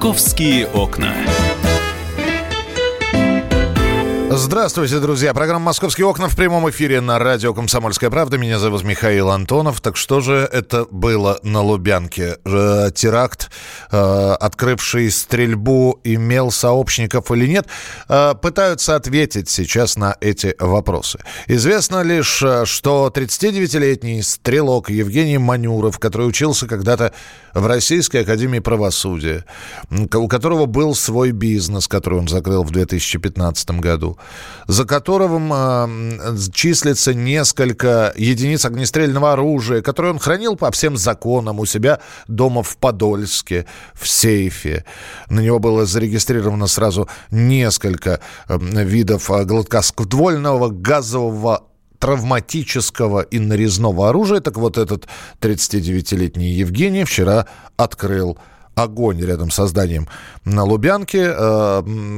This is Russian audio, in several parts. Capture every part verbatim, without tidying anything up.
«Московские окна». Здравствуйте, друзья. Программа «Московские окна» в прямом эфире на радио «Комсомольская правда». Меня зовут Михаил Антонов. Так что же это было на Лубянке? Э, теракт, э, открывший стрельбу, имел сообщников или нет? Э, пытаются ответить сейчас на эти вопросы. Известно лишь, что тридцатидевятилетний стрелок Евгений Манюров, который учился когда-то в Российской академии правосудия, у которого был свой бизнес, который он закрыл в две тысячи пятнадцатом году, за которым э, числится несколько единиц огнестрельного оружия, которое он хранил по всем законам у себя дома в Подольске, в сейфе. На него было зарегистрировано сразу несколько э, видов гладкоствольного газового травматического и нарезного оружия. Так вот, этот тридцатидевятилетний Евгений вчера открыл огонь рядом с зданием на Лубянке. Э,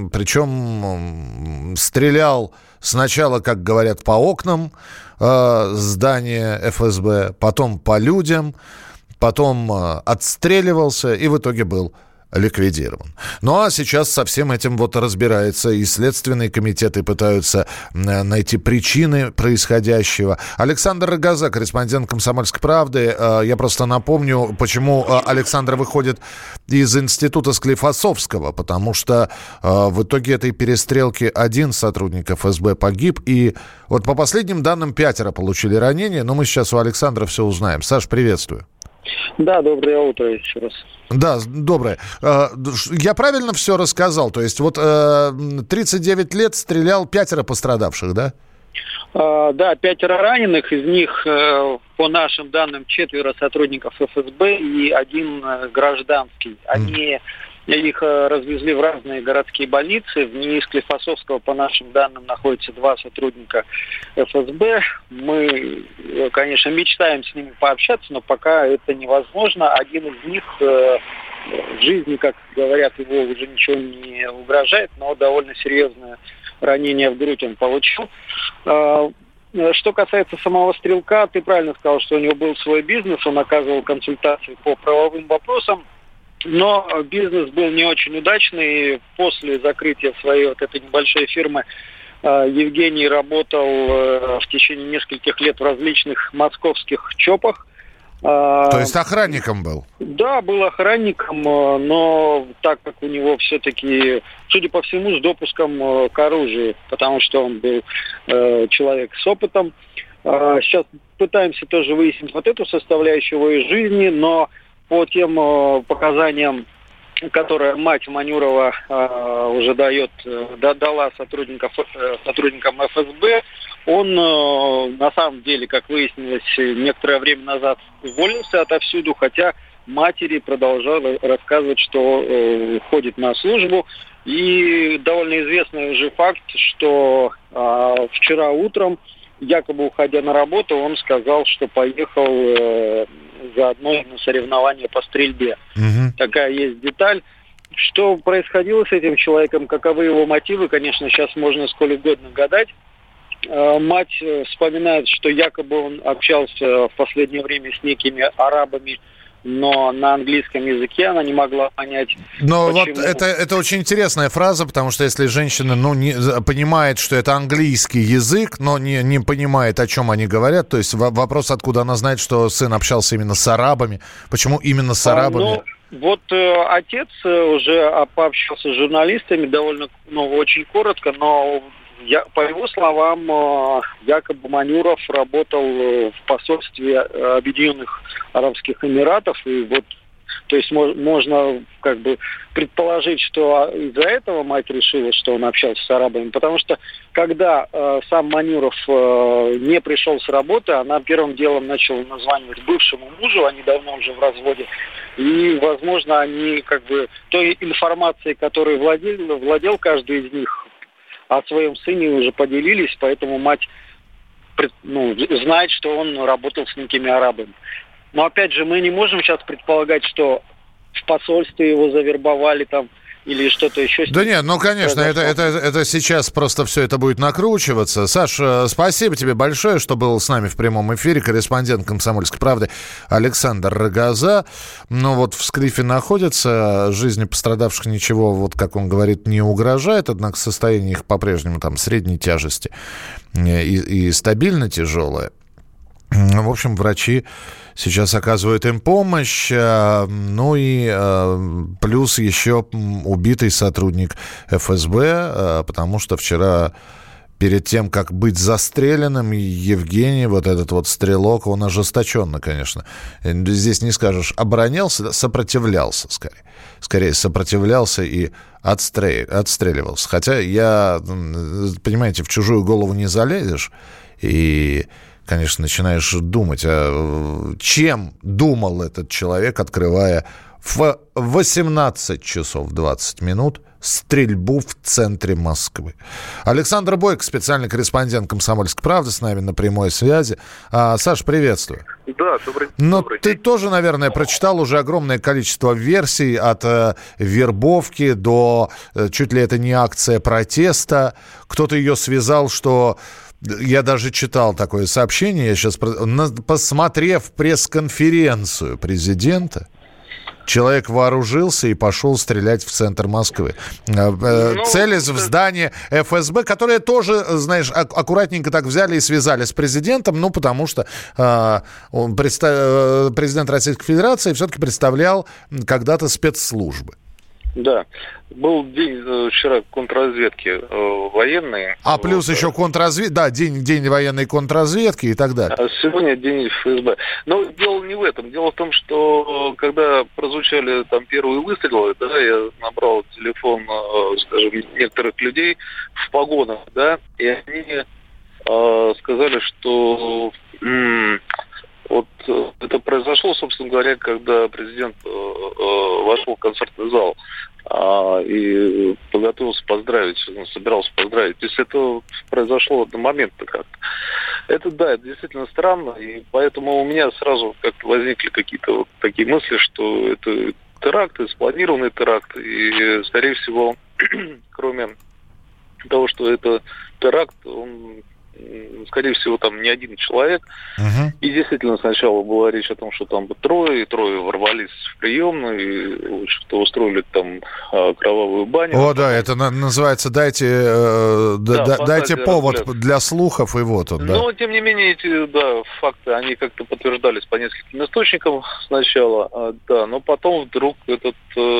причем стрелял сначала, как говорят, по окнам э, здания эф эс бэ, потом по людям, потом э, отстреливался и в итоге был ликвидирован. Ну а сейчас со всем этим вот разбирается и следственные комитеты пытаются найти причины происходящего. Александр Рогоза, корреспондент «Комсомольской правды». Я просто напомню, почему Александр выходит из института Склифосовского, потому что в итоге этой перестрелки один сотрудник эф эс бэ погиб, и вот по последним данным пятеро получили ранения, но мы сейчас у Александра все узнаем. Саш, приветствую. Да, доброе утро еще раз. Да, доброе. Я правильно все рассказал? То есть вот тридцать девять лет стрелял, пятеро пострадавших, да? Да, пятеро раненых, из них, по нашим данным, четверо сотрудников эф эс бэ и один гражданский. Они... Их развезли в разные городские больницы. В НИИ Склифосовского, по нашим данным, находится два сотрудника эф эс бэ. Мы, конечно, мечтаем с ними пообщаться, но пока это невозможно. Один из них в жизни, как говорят, его уже ничего не угрожает, но довольно серьезное ранение в грудь он получил. Что касается самого стрелка, ты правильно сказал, что у него был свой бизнес, он оказывал консультации по правовым вопросам. Но бизнес был не очень удачный. После закрытия своей вот этой небольшой фирмы Евгений работал в течение нескольких лет в различных московских ЧОПах. То есть охранником был? Да, был охранником, но так как у него все-таки, судя по всему, с допуском к оружию, потому что он был человек с опытом. Сейчас пытаемся тоже выяснить вот эту составляющую его жизни, но по тем э, показаниям, которые мать Манюрова э, уже дает, э, дала сотрудников, э, сотрудникам эф эс бэ, он э, на самом деле, как выяснилось, некоторое время назад уволился отовсюду, хотя матери продолжала рассказывать, что э, ходит на службу. И довольно известный уже факт, что э, вчера утром, якобы уходя на работу, он сказал, что поехал э, заодно на соревнования по стрельбе. Угу. Такая есть деталь. Что происходило с этим человеком, каковы его мотивы, конечно, сейчас можно сколь угодно гадать. Э, мать вспоминает, что якобы он общался в последнее время с некими арабами, но на английском языке она не могла понять. Но почему. Вот это, это очень интересная фраза, потому что если женщина ну, не, понимает, что это английский язык, но не, не понимает, о чем они говорят, то есть вопрос, откуда она знает, что сын общался именно с арабами, почему именно с арабами? А, ну, вот э, отец уже пообщался с журналистами довольно, ну, очень коротко, но я, по его словам, э, якобы Манюров работал в посольстве Объединенных Арабских Эмиратов, и вот, то есть мож, можно как бы предположить, что из-за этого мать решила, что он общался с арабами, потому что когда э, сам Манюров э, не пришел с работы, она первым делом начала названивать бывшему мужу, они давно уже в разводе, и, возможно, они как бы той информацией, которой владел, владел каждый из них, о своем сыне уже поделились, поэтому мать ну, знает, что он работал с некими арабами. Но опять же, мы не можем сейчас предполагать, что в посольстве его завербовали там или что-то еще. Да нет, ну, конечно, это, это, это сейчас просто все это будет накручиваться. Саш, спасибо тебе большое, что был с нами в прямом эфире. Корреспондент «Комсомольской правды» Александр Рогоза. Ну, вот в Склифе находится. Жизни пострадавших ничего, вот как он говорит, не угрожает. Однако состояние их по-прежнему там средней тяжести и, и стабильно тяжелое. В общем, врачи сейчас оказывают им помощь. Ну и плюс еще убитый сотрудник эф эс бэ, потому что вчера, перед тем, как быть застреленным, Евгений, вот этот вот стрелок, он ожесточенно, конечно, здесь не скажешь, оборонялся, сопротивлялся скорее. Скорее сопротивлялся и отстрел... отстреливался. Хотя я, понимаете, в чужую голову не залезешь, и... Конечно, начинаешь думать, а чем думал этот человек, открывая в восемнадцать часов двадцать минут стрельбу в центре Москвы. Александр Бойко, специальный корреспондент «Комсомольской правды», с нами на прямой связи. А, Саш, приветствую. Да, добрый, Но добрый ты день. тоже, наверное, прочитал уже огромное количество версий от э, вербовки до э, чуть ли это не акция протеста. Кто-то ее связал, что... Я даже читал такое сообщение, я сейчас, посмотрев пресс-конференцию президента, человек вооружился и пошел стрелять в центр Москвы. Ну, целясь в здание эф эс бэ, которое тоже, знаешь, аккуратненько так взяли и связали с президентом, ну, потому что э, он представ... президент Российской Федерации все-таки представлял когда-то спецслужбы. Да, был день э, вчера контрразведки э, военной. А плюс вот, еще контрразведка, да, день, день военной контрразведки и так далее. А сегодня день эф эс бэ. Но дело не в этом. Дело в том, что когда прозвучали там первые выстрелы, да, я набрал телефон, э, скажем, некоторых людей в погонах, да, и они э, сказали, что... М- Вот это произошло, собственно говоря, когда президент э, э, вошел в концертный зал э, и подготовился поздравить, собирался поздравить. То есть это произошло одномоментно как-то. Это, да, это действительно странно, и поэтому у меня сразу как-то возникли какие-то вот такие мысли, что это теракт, это спланированный теракт, и, скорее всего, кроме того, что это теракт, он... скорее всего, там не один человек. Uh-huh. И действительно, сначала была речь о том, что там трое, и трое ворвались в приемную, и что устроили там кровавую баню. О, да, это на- называется «Дайте, э, да, да, дайте повод разгляд. Для слухов», и вот он, да. Но, тем не менее, эти, да, факты, они как-то подтверждались по нескольким источникам сначала, да, но потом вдруг этот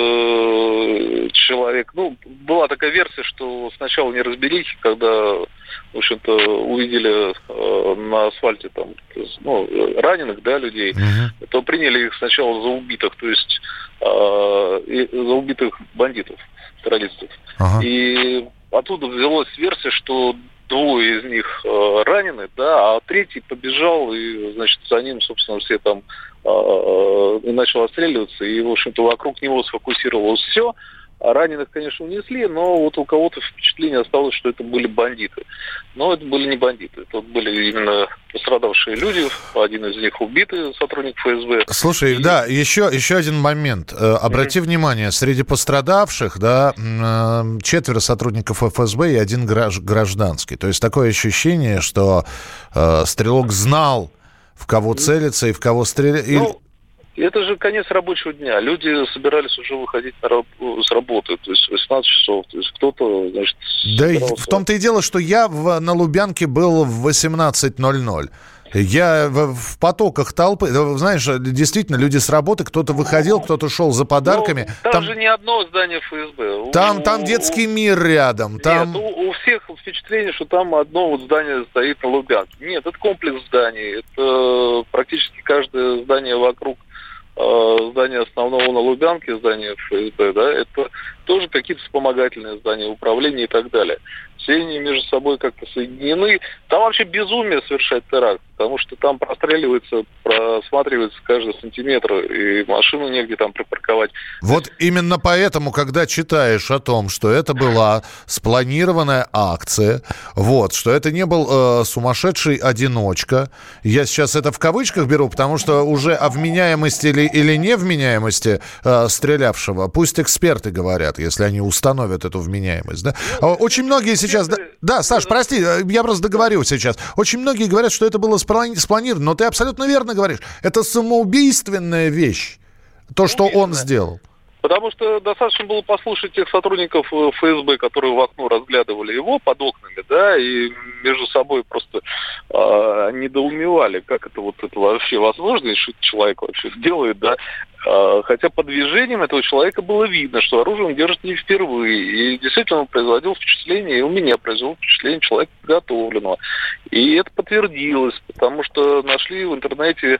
э, человек, ну, была такая версия, что сначала неразберихи, когда, в общем-то, увидели э, на асфальте там, ну, раненых, да, людей, uh-huh. то приняли их сначала за убитых, то есть э, за убитых бандитов, террористов. Uh-huh. И оттуда взялась версия, что двое из них э, ранены, да, а третий побежал, и, значит, за ним, собственно, все там э, и начал отстреливаться, и, в общем-то, вокруг него сфокусировалось все. Раненых, конечно, унесли, но вот у кого-то впечатление осталось, что это были бандиты. Но это были не бандиты, это были именно пострадавшие люди, один из них убитый, сотрудник эф эс бэ. Слушай, и... да, еще, еще один момент. Обрати mm-hmm. внимание, среди пострадавших, да, четверо сотрудников эф эс бэ и один гражданский. То есть такое ощущение, что э, стрелок знал, в кого mm-hmm. целиться и в кого стрелять. Ну... Это же конец рабочего дня. Люди собирались уже выходить на раб- с работы, то есть восемнадцать часов. То есть кто-то, значит... Да собирался... в том-то и дело, что я в, на Лубянке был в восемнадцать ноль ноль. Я в, в потоках толпы, знаешь, действительно, люди с работы, кто-то выходил, кто-то шел за подарками. Ну, там, там же не одно здание эф эс бэ. Там, у, там детский мир рядом. Там... Нет, у, у всех впечатление, что там одно вот здание стоит на Лубянке. Нет, это комплекс зданий. Это практически каждое здание вокруг здание основного на Лубянке, здание эф эс бэ, да, это тоже какие-то вспомогательные здания, управления и так далее. Все они между собой как-то соединены. Там вообще безумие совершать теракт, потому что там простреливается, просматривается каждый сантиметр, и машину негде там припарковать. Вот именно поэтому, когда читаешь о том, что это была спланированная акция, вот, что это не был э, сумасшедший одиночка, я сейчас это в кавычках беру, потому что уже о вменяемости или, или невменяемости э, стрелявшего, пусть эксперты говорят. говорят, если они установят эту вменяемость. Да? Очень многие сейчас... Да, да, Саш, прости, я просто договорю сейчас. Очень многие говорят, что это было спланировано, но ты абсолютно верно говоришь. Это самоубийственная вещь, то, что он сделал. Потому что достаточно было послушать тех сотрудников эф эс бэ, которые в окно разглядывали его под окнами, да, и между собой просто э, недоумевали, как это вот это вообще возможно, и что человек вообще делает, да. Э, хотя по движениям этого человека было видно, что оружие он держит не впервые. И действительно он производил впечатление, и у меня произвело впечатление человека подготовленного. И это подтвердилось, потому что нашли в интернете...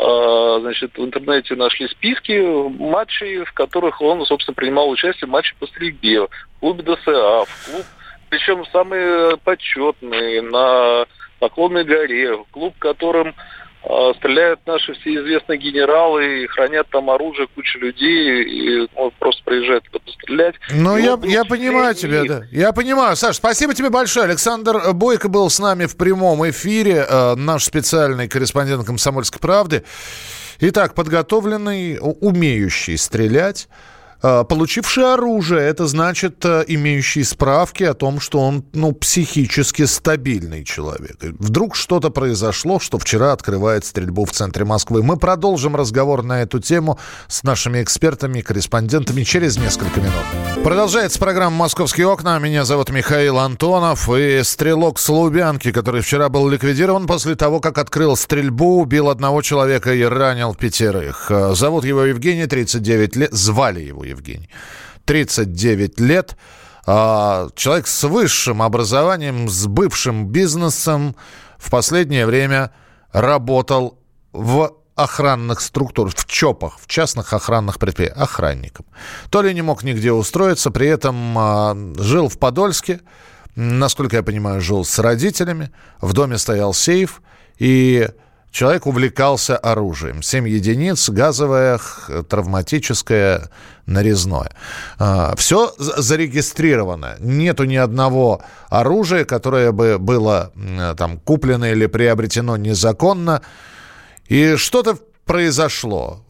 Значит, в интернете нашли списки матчей, в которых он, собственно, принимал участие в матче по стрельбе в клубе дэ эс а, в клуб, причем самые почетные, на Поклонной горе, клуб, которым э, стреляют наши все известные генералы и хранят там оружие, куча людей, и ну, просто приезжают туда пострелять. Ну, я, я понимаю тебя, да. Я понимаю. Саш, спасибо тебе большое. Александр Бойко был с нами в прямом эфире, э, наш специальный корреспондент «Комсомольской правды». Итак, подготовленный, умеющий стрелять, получивший оружие, это значит, имеющий справки о том, что он, ну, психически стабильный человек. Вдруг что-то произошло, что вчера открывает стрельбу в центре Москвы. Мы продолжим разговор на эту тему с нашими экспертами, корреспондентами через несколько минут. Продолжается программа «Московские окна». Меня зовут Михаил Антонов. И стрелок с Лубянки, который вчера был ликвидирован после того, как открыл стрельбу, убил одного человека и ранил пятерых. Зовут его Евгений, тридцать девять лет. Звали его Евгений. тридцать девять лет. Человек с высшим образованием, с бывшим бизнесом. В последнее время работал в охранных структурах, в ЧОПах, в частных охранных предприятиях, охранником. То ли не мог нигде устроиться, при этом жил в Подольске. Насколько я понимаю, жил с родителями. В доме стоял сейф. И... человек увлекался оружием. Семь единиц, газовое, травматическое, нарезное. Все зарегистрировано. Нету ни одного оружия, которое бы было там куплено или приобретено незаконно. И что-то произошло.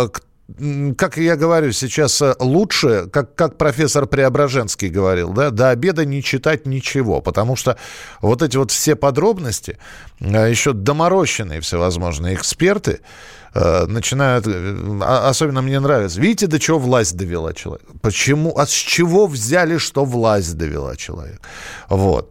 Как я говорю, сейчас лучше, как, как профессор Преображенский говорил, да, до обеда не читать ничего, потому что вот эти вот все подробности, еще доморощенные всевозможные эксперты, начинают, особенно мне нравится, видите, до чего власть довела человека? Почему, а с чего взяли, что власть довела человека? Вот.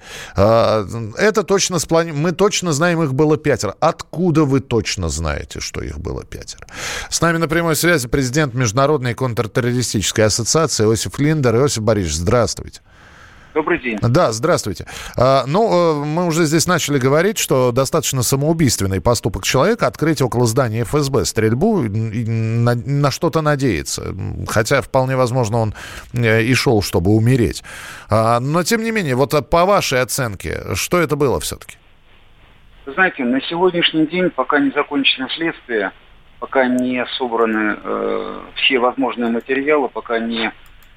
Это точно спланировано, мы точно знаем, их было пятеро. Откуда вы точно знаете, что их было пятеро? С нами на прямой связи президент Международной контртеррористической ассоциации Иосиф Линдер. Иосиф Борисович, здравствуйте. Добрый день. Да, здравствуйте. А, ну, мы уже здесь начали говорить, что достаточно самоубийственный поступок человека открыть около здания эф эс бэ стрельбу, на, на что-то надеяться. Хотя, вполне возможно, он и шел, чтобы умереть. А, но, тем не менее, вот по вашей оценке, что это было все-таки? Вы знаете, на сегодняшний день, пока не закончено следствие, пока не собраны э, все возможные материалы, пока не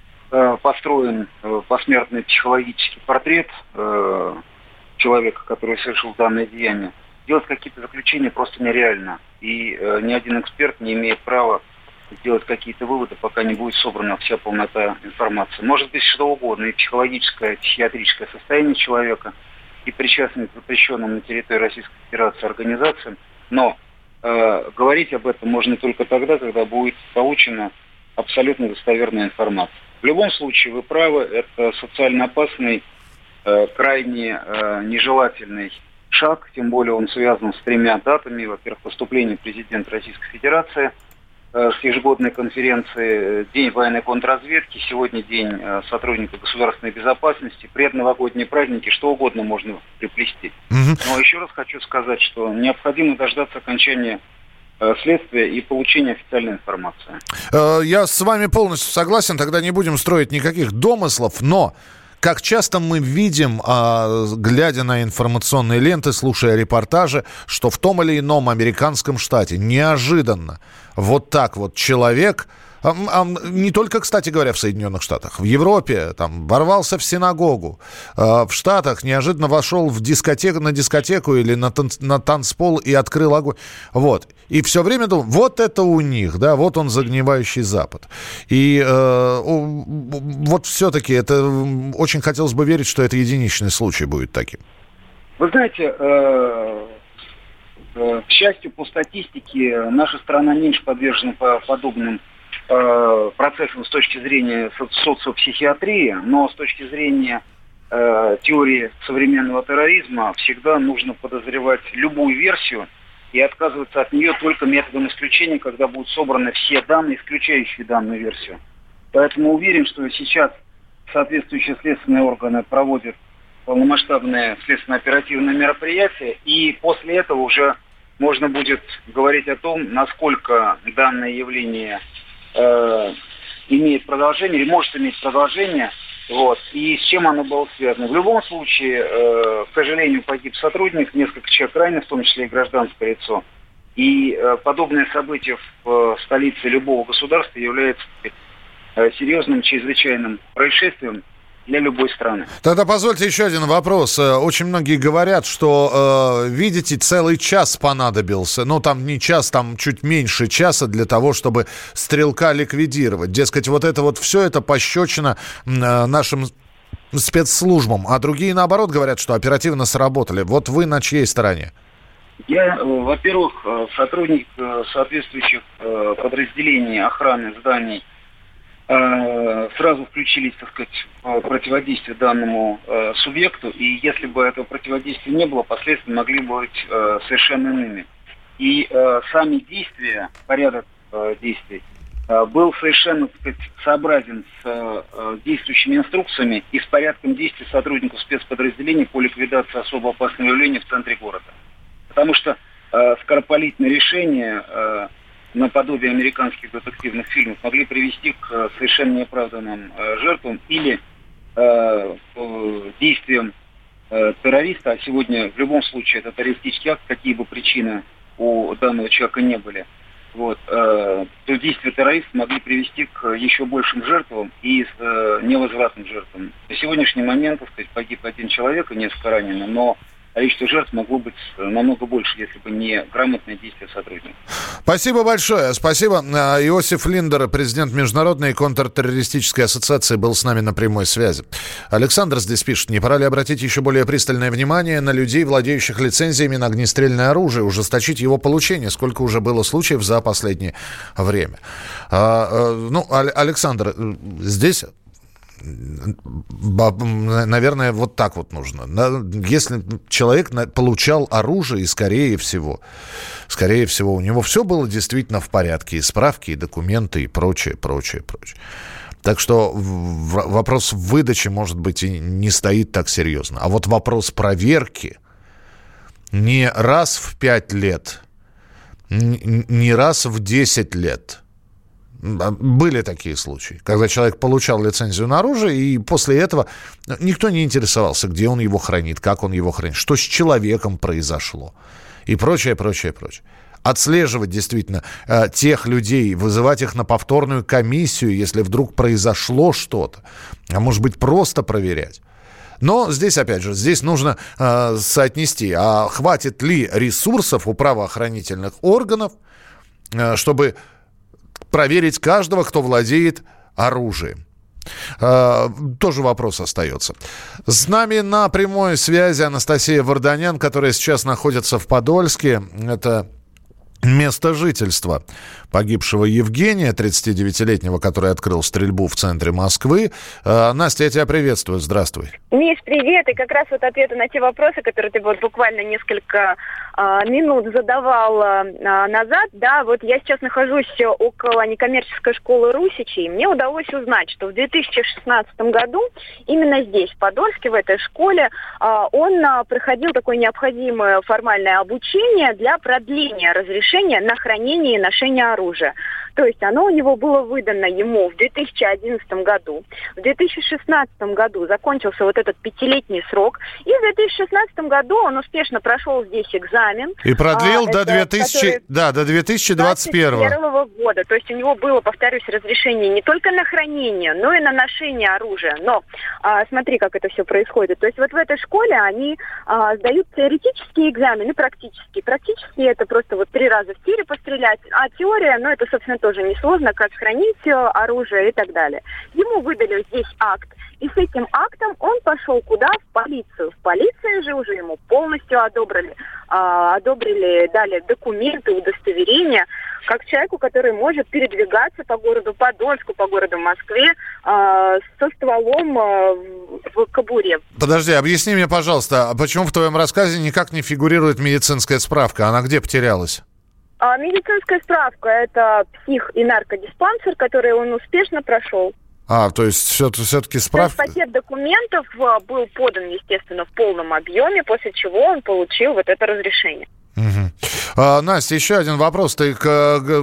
построен посмертный психологический портрет э, человека, который совершил данное деяние, делать какие-то заключения просто нереально. И э, ни один эксперт не имеет права сделать какие-то выводы, пока не будет собрана вся полнота информации. Может быть, что угодно, и психологическое, и психиатрическое состояние человека, и причастность к запрещенным на территории Российской Федерации организациям, но э, говорить об этом можно только тогда, когда будет получена абсолютно достоверная информация. В любом случае, вы правы, это социально опасный, э, крайне э, нежелательный шаг, тем более он связан с тремя датами. Во-первых, поступление президента Российской Федерации э, с ежегодной конференции, День военной контрразведки, сегодня День э, сотрудника государственной безопасности, предновогодние праздники, что угодно можно приплести. Mm-hmm. Но еще раз хочу сказать, что необходимо дождаться окончания следствия и получения официальной информации. Я с вами полностью согласен, тогда не будем строить никаких домыслов, но как часто мы видим, глядя на информационные ленты, слушая репортажи, что в том или ином американском штате неожиданно вот так вот человек А, а, не только, кстати говоря, в Соединенных Штатах. В Европе там ворвался в синагогу. А, в Штатах неожиданно вошел в дискотеку, на дискотеку или на, тан- на танцпол и открыл огонь. Вот. И все время думал, вот это у них, да, вот он загнивающий Запад. И э, вот все-таки это очень хотелось бы верить, что это единичный случай будет таким. Вы знаете, э, э, к счастью, по статистике, наша страна меньше подвержена по подобным э, процессам с точки зрения со- социопсихиатрии, но с точки зрения э, теории современного терроризма всегда нужно подозревать любую версию и отказываться от нее только методом исключения, когда будут собраны все данные, исключающие данную версию. Поэтому уверен, что сейчас соответствующие следственные органы проводят полномасштабное следственно-оперативное мероприятие, и после этого уже можно будет говорить о том, насколько данное явление э, имеет продолжение, или может иметь продолжение, вот, и с чем оно было связано. В любом случае, э, к сожалению, погиб сотрудник, несколько человек ранены, в том числе и гражданское лицо. И э, подобное событие в э, столице любого государства является э, серьезным, чрезвычайным происшествием для любой страны. Тогда позвольте еще один вопрос. Очень многие говорят, что, э, видите, целый час понадобился. Ну, там не час, там чуть меньше часа для того, чтобы стрелка ликвидировать. Дескать, вот это вот все это пощечина э, нашим спецслужбам. А другие, наоборот, говорят, что оперативно сработали. Вот вы на чьей стороне? Я, во-первых, сотрудник соответствующих подразделений охраны зданий сразу включились, так сказать, в противодействие данному э, субъекту, и если бы этого противодействия не было, последствия могли бы быть э, совершенно иными. И э, сами действия, порядок э, действий, э, был совершенно, так сказать, сообразен с э, действующими инструкциями и с порядком действий сотрудников спецподразделений по ликвидации особо опасного явления в центре города. Потому что э, скоропалительное решение э, наподобие американских детективных фильмов могли привести к совершенно неоправданным э, жертвам или э, э, действиям э, террориста, а сегодня в любом случае это террористический акт, какие бы причины у данного человека не были, вот, э, то действия террориста могли привести к еще большим жертвам и э, невозвратным жертвам. На сегодняшний момент, так сказать, погиб один человек и несколько ранено, но количество жертв могло быть намного больше, если бы не грамотное действие сотрудников. Спасибо большое. Спасибо. Иосиф Линдер, президент Международной контртеррористической ассоциации, был с нами на прямой связи. Александр здесь пишет: не пора ли обратить еще более пристальное внимание на людей, владеющих лицензиями на огнестрельное оружие, ужесточить его получение? Сколько уже было случаев за последнее время? А, а, ну, Александр, здесь... Наверное, вот так вот нужно. Если человек получал оружие, и скорее всего, скорее всего, у него все было действительно в порядке, и справки, и документы, и прочее, прочее, прочее. Так что вопрос выдачи, может быть, и не стоит так серьезно. А вот вопрос проверки не раз в пять лет, не раз в десять лет. Были такие случаи, когда человек получал лицензию на оружие, и после этого никто не интересовался, где он его хранит, как он его хранит, что с человеком произошло, и прочее, прочее, прочее. Отслеживать действительно э, тех людей, вызывать их на повторную комиссию, если вдруг произошло что-то, а может быть просто проверять. Но здесь, опять же, здесь нужно э, соотнести, а хватит ли ресурсов у правоохранительных органов, э, чтобы проверить каждого, кто владеет оружием. Э, тоже вопрос остается. С нами на прямой связи Анастасия Варданян, которая сейчас находится в Подольске. Это место жительства погибшего Евгения, тридцатидевятилетнего, который открыл стрельбу в центре Москвы. Э, Настя, я тебя приветствую. Здравствуй. Миш, привет. И как раз вот ответы на те вопросы, которые ты вот буквально несколько а, минут задавал а, назад, да, вот я сейчас нахожусь около некоммерческой школы Русичей. Мне удалось узнать, что в две тысячи шестнадцатом году именно здесь, в Подольске, в этой школе, а, он а, проходил такое необходимое формальное обучение для продления разрешения на хранение и ношение оружия. То есть оно у него было выдано ему в две тысячи одиннадцатом году. В две тысячи шестнадцатом году закончился вот этот пятилетний срок. И в две тысячи шестнадцатом году он успешно прошел здесь экзамен. И продлил а, до, две тысячи, да, до две тысячи двадцать первого года. То есть у него было, повторюсь, разрешение не только на хранение, но и на ношение оружия. Но а, смотри, как это все происходит. То есть вот в этой школе они а, сдают теоретические экзамены, практические. Практические это просто вот три раза в тире пострелять, а теория, ну это, собственно, тоже несложно, как хранить оружие и так далее. Ему выдали здесь акт, и с этим актом он пошел куда? В полицию. В полиции же уже ему полностью одобрили, а, одобрили, дали документы, удостоверения, как человеку, который может передвигаться по городу Подольску, по городу Москве а, со стволом а, в кобуре. Подожди, объясни мне, пожалуйста, а почему в твоем рассказе никак не фигурирует медицинская справка? Она где потерялась? А, медицинская справка – это псих- и наркодиспансер, который он успешно прошел. А, то есть все, все-таки справка... То есть пакет документов был подан, естественно, в полном объеме, после чего он получил вот это разрешение. Угу. А, Настя, еще один вопрос. Ты к, к,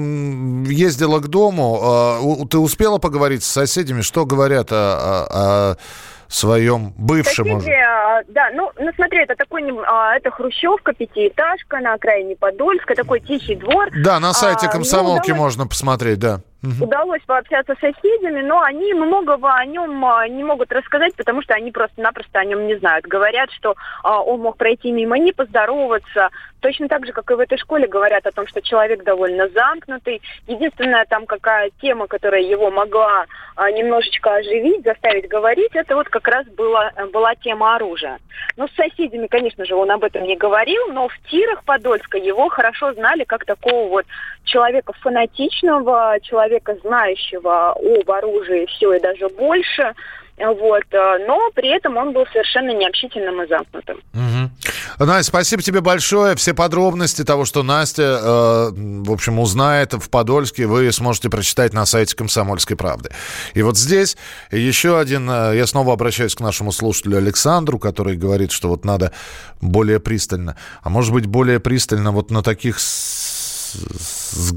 ездила к дому, а, ты успела поговорить с соседями? Что говорят о... о, о своем бывшем? Соседи, да, ну, ну смотри, это такой, а, это хрущевка, пятиэтажка на окраине Подольска, такой тихий двор. Да, на сайте «Комсомолки» а, ну, можно посмотреть, да. Угу. Удалось пообщаться с соседями, но они многого о нем не могут рассказать, потому что они просто-напросто о нем не знают. Говорят, что а, он мог пройти мимо, не поздороваться. Точно так же, как и в этой школе, говорят о том, что человек довольно замкнутый. Единственная там какая тема, которая его могла а, немножечко оживить, заставить говорить, это вот как раз была, была тема оружия. Ну, с соседями, конечно же, он об этом не говорил, но в тирах Подольска его хорошо знали как такого вот человека фанатичного, человека, знающего об оружии все и даже больше. Вот. Но при этом он был совершенно необщительным и замкнутым. Угу. Настя, спасибо тебе большое. Все подробности того, что Настя, э, в общем, узнает в Подольске, вы сможете прочитать на сайте «Комсомольской правды». И вот здесь еще один, э, я снова обращаюсь к нашему слушателю Александру, который говорит, что вот надо более пристально, а может быть более пристально вот на таких с, с,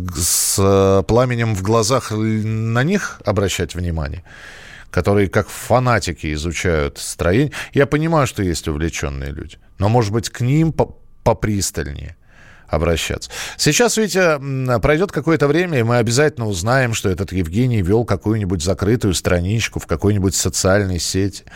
с пламенем в глазах, на них обращать внимание, которые как фанатики изучают строение. Я понимаю, что есть увлеченные люди, но, может быть, к ним попристальнее обращаться. Сейчас, видите, пройдет какое-то время, и мы обязательно узнаем, что этот Евгений вел какую-нибудь закрытую страничку в какой-нибудь социальной сети.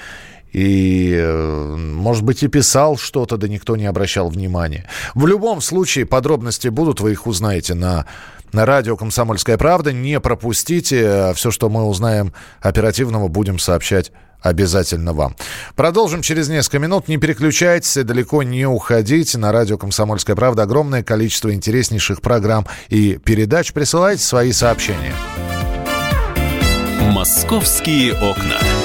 И, может быть, и писал что-то, да никто не обращал внимания. В любом случае, подробности будут, вы их узнаете на, на радио «Комсомольская правда». Не пропустите. Все, что мы узнаем оперативного, будем сообщать обязательно вам. Продолжим через несколько минут. Не переключайтесь, далеко не уходите. На радио «Комсомольская правда» огромное количество интереснейших программ и передач. Присылайте свои сообщения. «Московские окна».